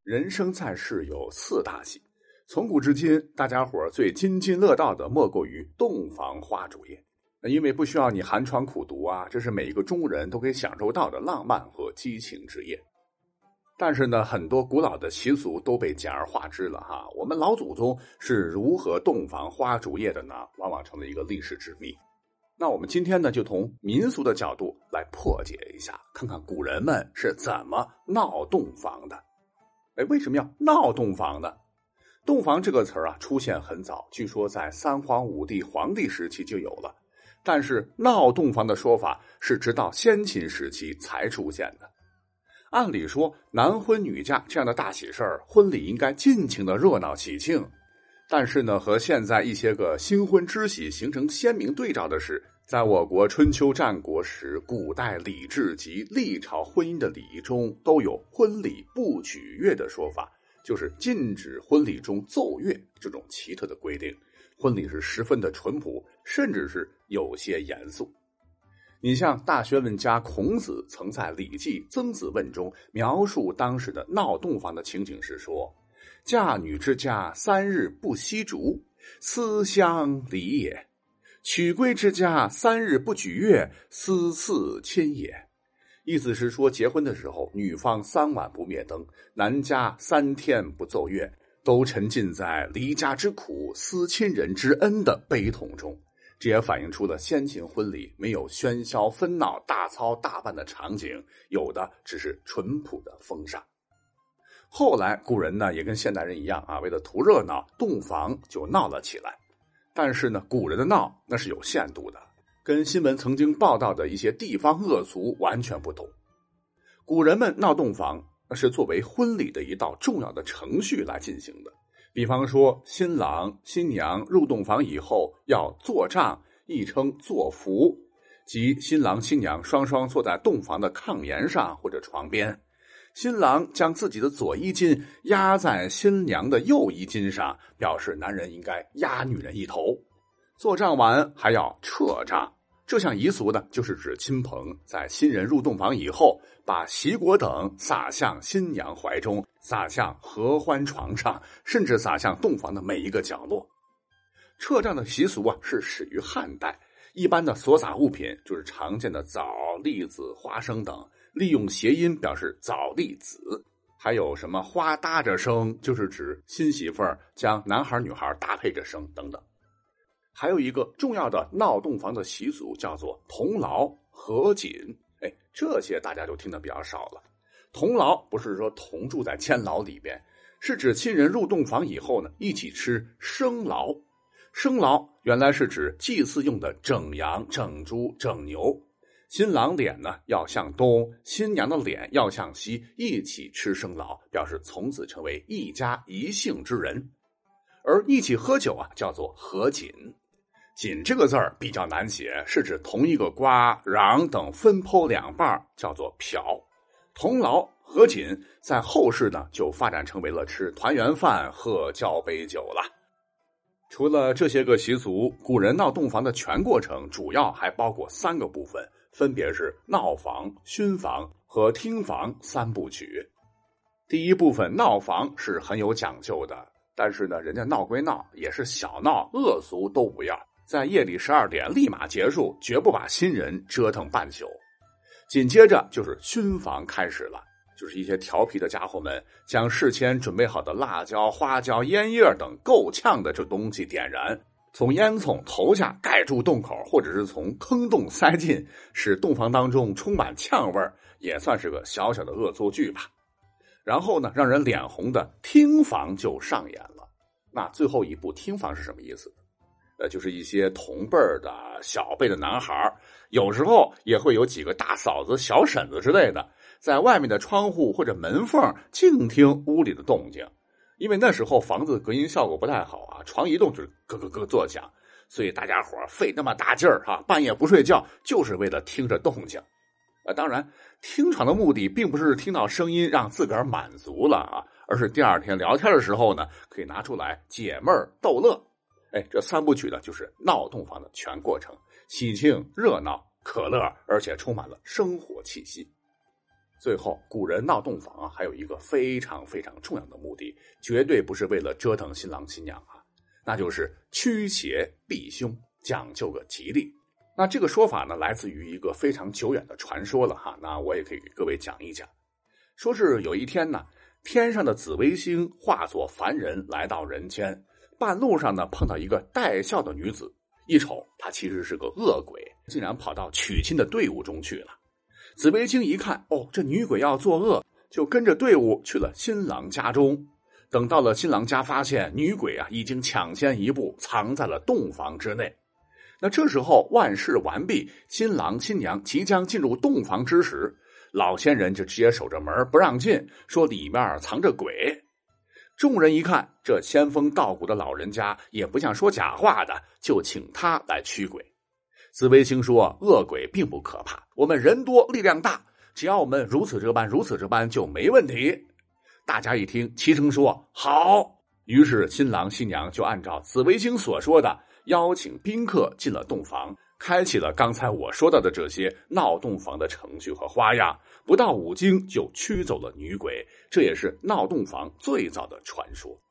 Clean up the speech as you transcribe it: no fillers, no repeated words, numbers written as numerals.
人生在世有四大喜，从古至今，大家伙最津津乐道的莫过于洞房花烛夜。因为不需要你寒窗苦读啊，这是每一个中国人都可以享受到的浪漫和激情之夜。但是呢，很多古老的习俗都被简而化之了哈。我们老祖宗是如何洞房花烛夜的呢？往往成了一个历史之谜。那我们今天呢，就从民俗的角度来破解一下，看看古人们是怎么闹洞房的。为什么要闹洞房呢？洞房这个词儿啊，出现很早，据说在三皇五帝皇帝时期就有了。但是闹洞房的说法是直到先秦时期才出现的。按理说，男婚女嫁这样的大喜事儿，婚礼应该尽情的热闹喜庆。但是呢，和现在一些个新婚之喜形成鲜明对照的是，在我国春秋战国时，古代礼制及历朝婚姻的礼仪中都有婚礼不举乐的说法，就是禁止婚礼中奏乐这种奇特的规定。婚礼是十分的淳朴，甚至是有些严肃。你像大学问家孔子曾在《礼记·曾子问》中描述当时的闹洞房的情景时说：嫁女之家3日不吸烛，思乡礼也；娶归之家3日不举乐，思嗣亲也。意思是说，结婚的时候，女方3晚不灭灯，男家3天不奏乐，都沉浸在离家之苦、思亲人之恩的悲痛中。这也反映出了先秦婚礼没有喧嚣纷闹、大操大办的场景，有的只是淳朴的风尚。后来古人呢也跟现代人一样啊，为了图热闹，洞房就闹了起来。但是呢，古人的闹那是有限度的，跟新闻曾经报道的一些地方恶俗完全不同。古人们闹洞房那是作为婚礼的一道重要的程序来进行的。比方说，新郎新娘入洞房以后要坐帐，亦称坐服，即新郎新娘双双坐在洞房的炕沿上或者床边，新郎将自己的左衣襟压在新娘的右衣襟上，表示男人应该压女人一头。坐帐完还要撤帐，这项仪俗呢，就是指亲朋在新人入洞房以后，把席果等撒向新娘怀中，撒向合欢床上，甚至撒向洞房的每一个角落。撤帐的习俗啊，是始于汉代。一般的所撒物品就是常见的枣、栗子、花生等，利用谐音表示枣栗子。还有什么花搭着生，就是指新媳妇儿将男孩女孩搭配着生等等。还有一个重要的闹洞房的习俗叫做同牢、合卺。这些大家就听得比较少了。同牢不是说同住在监牢里边，是指亲人入洞房以后呢，一起吃生牢。生牢原来是指祭祀用的整羊、整猪、整牛。新郎脸呢要向东，新娘的脸要向西，一起吃生牢，表示从此成为一家一姓之人。而一起喝酒啊，叫做合卺。卺这个字儿比较难写，是指同一个瓜、瓤等分剖两半，叫做瓢。同牢、合卺在后世呢，就发展成为了吃团圆饭、喝交杯酒了。除了这些个习俗，古人闹洞房的全过程主要还包括3个部分，分别是闹房、熏房和听房3部曲。第一部分闹房是很有讲究的，但是呢，人家闹归闹，也是小闹，恶俗都不要，在夜里12点立马结束，绝不把新人折腾半宿。紧接着就是熏房开始了，就是一些调皮的家伙们将事先准备好的辣椒、花椒、烟叶等够呛的这东西点燃，从烟囱投下盖住洞口，或者是从坑洞塞进，使洞房当中充满呛味，也算是个小小的恶作剧吧。然后呢，让人脸红的听房就上演了。那最后一步听房是什么意思？就是一些同辈的小辈的男孩，有时候也会有几个大嫂子、小婶子之类的，在外面的窗户或者门缝静听屋里的动静。因为那时候房子隔音效果不太好啊，床一动就是咯咯咯作响，所以大家伙费那么大劲儿半夜不睡觉，就是为了听着动静。当然，听床的目的并不是听到声音让自个儿满足了啊，而是第二天聊天的时候呢，可以拿出来解闷儿逗乐。这3部曲呢，就是闹洞房的全过程，喜庆、热闹、可乐，而且充满了生活气息。 最后，古人闹洞房还有一个非常非常重要的目的，绝对不是为了折腾新郎新娘那就是驱邪避凶，讲究个吉利。那这个说法呢，来自于一个非常久远的传说了那我也可以给各位讲一讲。说是有一天呢，天上的紫微星化作凡人来到人间，半路上呢碰到一个带孝的女子，一瞅她其实是个恶鬼，竟然跑到娶亲的队伍中去了。紫微星一看，这女鬼要作恶，就跟着队伍去了新郎家中。等到了新郎家，发现女鬼已经抢先一步藏在了洞房之内。那这时候万事完毕，新郎新娘即将进入洞房之时，老仙人就直接守着门不让进，说里面藏着鬼。众人一看，这仙风道骨的老人家也不像说假话的，就请他来驱鬼。紫微星说，恶鬼并不可怕，我们人多力量大，只要我们如此这般就没问题。大家一听，齐声说好。于是新郎新娘就按照紫微星所说的，邀请宾客进了洞房，开启了刚才我说到的这些闹洞房的程序和花样，不到5更就驱走了女鬼，这也是闹洞房最早的传说。